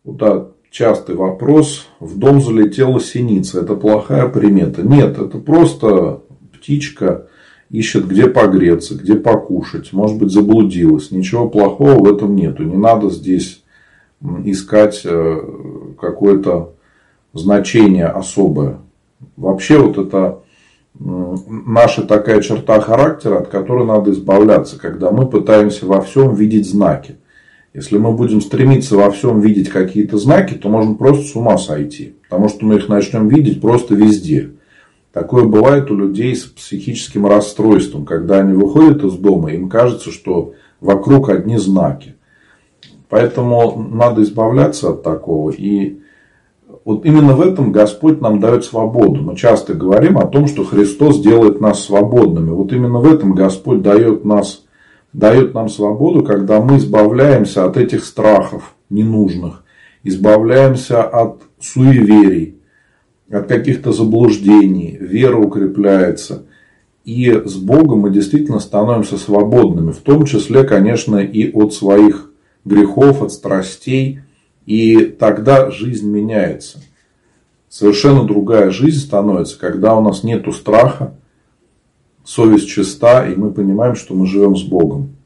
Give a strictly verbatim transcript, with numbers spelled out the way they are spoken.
Вот да, частый вопрос. В дом залетела синица. Это плохая примета? Нет, это просто птичка ищет, где погреться, где покушать. Может быть, заблудилась. Ничего плохого в этом нету. Не надо здесь искать какое-то значение особое. Вообще, вот это наша такая черта характера, от которой надо избавляться, когда мы пытаемся во всем видеть знаки. Если мы будем стремиться во всем видеть какие-то знаки, то можно просто с ума сойти. Потому что мы их начнем видеть просто везде. Такое бывает у людей с психическим расстройством. Когда они выходят из дома, им кажется, что вокруг одни знаки. Поэтому надо избавляться от такого. И вот именно в этом Господь нам дает свободу. Мы часто говорим о том, что Христос делает нас свободными. Вот именно в этом Господь дает, нас, дает нам свободу, когда мы избавляемся от этих страхов ненужных, избавляемся от суеверий, от каких-то заблуждений, вера укрепляется. И с Богом мы действительно становимся свободными, в том числе, конечно, и от своих грехов, от страстей. И тогда жизнь меняется. Совершенно другая жизнь становится, когда у нас нет страха, совесть чиста, и мы понимаем, что мы живем с Богом.